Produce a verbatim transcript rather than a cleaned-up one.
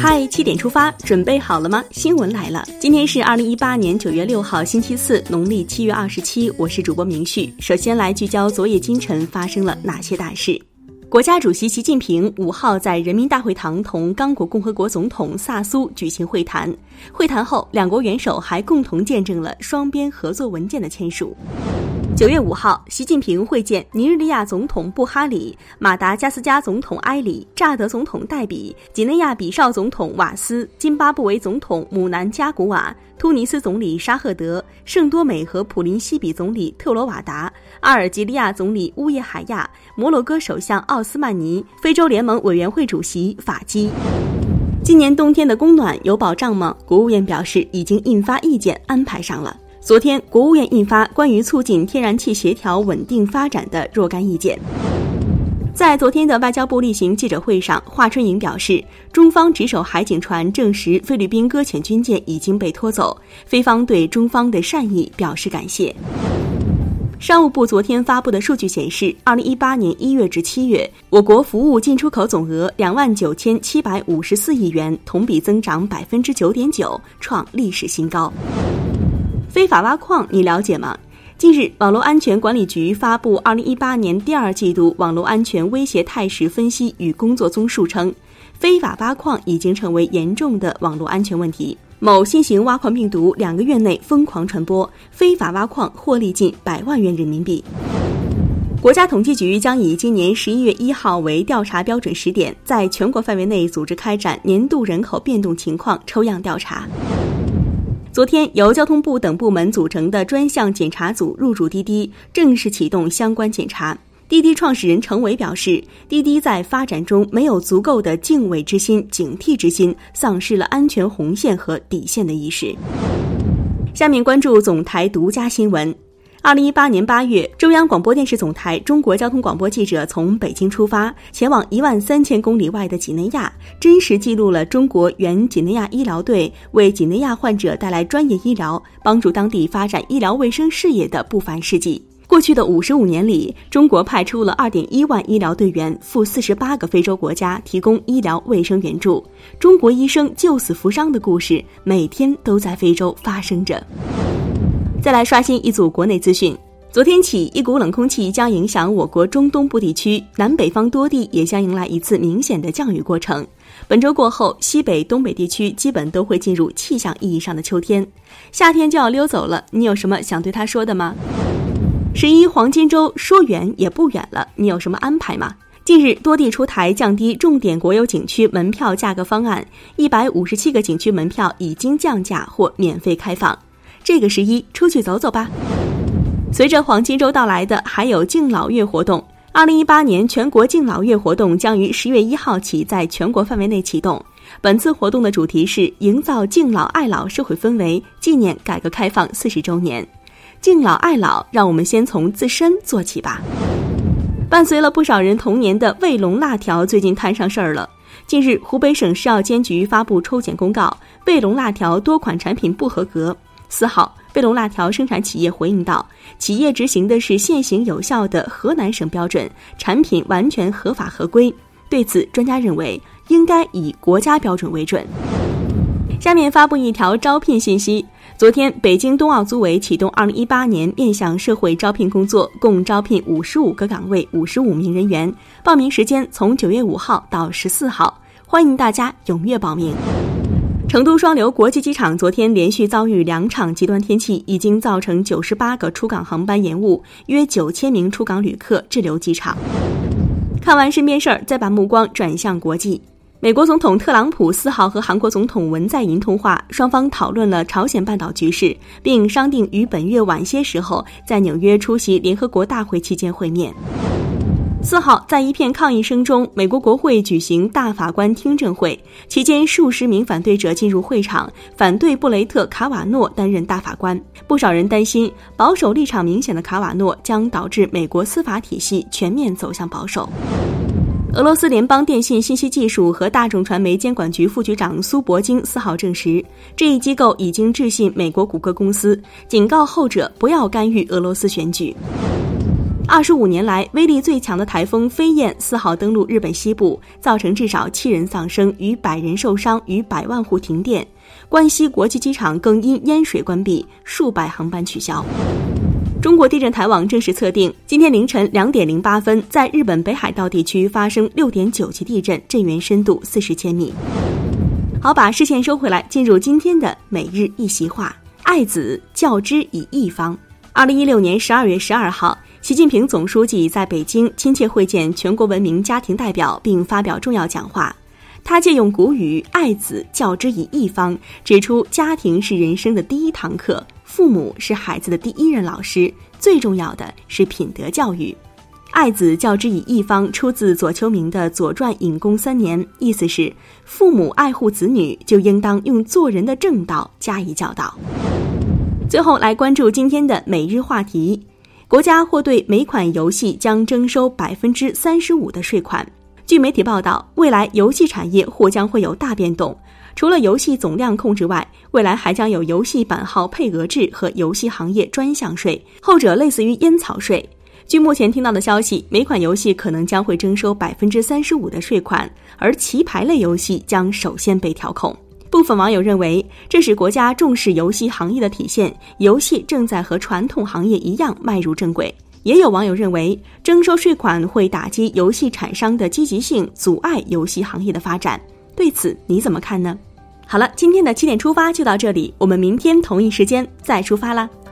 嗨，七点出发，准备好了吗？新闻来了，今天是二零一八年九月六号，星期四，农历七月二十七，我是主播明旭。首先来聚焦昨夜今晨发生了哪些大事。国家主席习近平五号在人民大会堂同刚果共和国总统萨苏举行会谈，会谈后，两国元首还共同见证了双边合作文件的签署。九月五号，习近平会见尼日利亚总统布哈里、马达加斯加总统埃里、乍得总统戴比、几内亚比绍总统瓦斯、津巴布韦总统姆南加古瓦、突尼斯总理沙赫德、圣多美和普林西比总理特罗瓦达、阿尔及利亚总理乌叶海亚、摩洛哥首相奥斯曼尼、非洲联盟委员会主席法基。今年冬天的供暖有保障吗？国务院表示已经印发意见安排上了。昨天，国务院印发关于促进天然气协调稳定发展的若干意见。在昨天的外交部例行记者会上，华春莹表示，中方值守海警船证实菲律宾搁浅军舰已经被拖走，菲方对中方的善意表示感谢。商务部昨天发布的数据显示，二零一八年一月至七月，我国服务进出口总额两万九千七百五十四亿元，同比增长百分之九点九，创历史新高。非法挖矿你了解吗？近日，网络安全管理局发布二零一八年第二季度网络安全威胁态势分析与工作综述称，非法挖矿已经成为严重的网络安全问题。某新型挖矿病毒两个月内疯狂传播，非法挖矿获利近百万元人民币。国家统计局将以今年十一月一号为调查标准时点，在全国范围内组织开展年度人口变动情况抽样调查。昨天，由交通部等部门组成的专项检查组入驻滴滴，正式启动相关检查。滴滴创始人程维表示，滴滴在发展中没有足够的敬畏之心、警惕之心，丧失了安全红线和底线的意识。下面关注总台独家新闻。二零一八年八月，中央广播电视总台中国交通广播记者从北京出发，前往一万三千公里外的几内亚，真实记录了中国原几内亚医疗队为几内亚患者带来专业医疗，帮助当地发展医疗卫生事业的不凡事迹。过去的五十五年里，中国派出了 二点一万医疗队员赴四十八个非洲国家提供医疗卫生援助。中国医生救死扶伤的故事每天都在非洲发生着。再来刷新一组国内资讯。昨天起，一股冷空气将影响我国中东部地区，南北方多地也将迎来一次明显的降雨过程。本周过后，西北、东北地区基本都会进入气象意义上的秋天，夏天就要溜走了。你有什么想对他说的吗？十一黄金周说远也不远了，你有什么安排吗？近日，多地出台降低重点国有景区门票价格方案，一百五十七个景区门票已经降价或免费开放。这个十一出去走走吧。随着黄金周到来的还有敬老月活动。二零一八年全国敬老月活动将于十月一号起在全国范围内启动。本次活动的主题是营造敬老爱老社会氛围，纪念改革开放四十周年。敬老爱老，让我们先从自身做起吧。伴随了不少人童年的卫龙辣条最近摊上事儿了。近日，湖北省食药监局发布抽检公告，卫龙辣条多款产品不合格。四号，卫龙辣条生产企业回应道，企业执行的是现行有效的河南省标准，产品完全合法合规。对此，专家认为应该以国家标准为准。下面发布一条招聘信息。昨天，北京冬奥组委启动二零一八年面向社会招聘工作，共招聘五十五个岗位，五十五名人员。报名时间从九月五号到十四号，欢迎大家踊跃报名。成都双流国际机场昨天连续遭遇两场极端天气，已经造成九十八个出港航班延误，约九千名出港旅客滞留机场。看完身边事儿，再把目光转向国际。美国总统特朗普四号和韩国总统文在寅通话，双方讨论了朝鲜半岛局势，并商定于本月晚些时候在纽约出席联合国大会期间会面。四号，在一片抗议声中，美国国会举行大法官听证会，期间数十名反对者进入会场，反对布雷特·卡瓦诺担任大法官。不少人担心，保守立场明显的卡瓦诺将导致美国司法体系全面走向保守。俄罗斯联邦电信信息技术和大众传媒监管局副局长苏博京四号证实，这一机构已经致信美国谷歌公司，警告后者不要干预俄罗斯选举。 二十五年来威力最强的台风飞燕四号登陆日本西部，造成至少七人丧生，逾百人受伤，逾百万户停电。关西国际机场更因淹水关闭，数百航班取消。中国地震台网正式测定，今天凌晨两点零八分，在日本北海道地区发生六点九级地震，震源深度四十千米。好，把视线收回来，进入今天的每日一席话：爱子，教之以义方。二零一六年十二月十二号，习近平总书记在北京亲切会见全国文明家庭代表，并发表重要讲话。他借用古语“爱子，教之以义方”，指出家庭是人生的第一堂课，父母是孩子的第一任老师，最重要的是品德教育。爱子，教之以义方出自左丘明的《左传》隐公三年，意思是父母爱护子女，就应当用做人的正道加以教导。最后来关注今天的每日话题：国家或对每款游戏将征收百分之三十五的税款。据媒体报道，未来游戏产业或将会有大变动。除了游戏总量控制外，未来还将有游戏版号配额制和游戏行业专项税，后者类似于烟草税。据目前听到的消息，每款游戏可能将会征收百分之三十五的税款，而棋牌类游戏将首先被调控。部分网友认为，这是国家重视游戏行业的体现，游戏正在和传统行业一样迈入正轨。也有网友认为，征收税款会打击游戏厂商的积极性，阻碍游戏行业的发展。对此你怎么看呢？好了，今天的七点出发就到这里，我们明天同一时间再出发啦。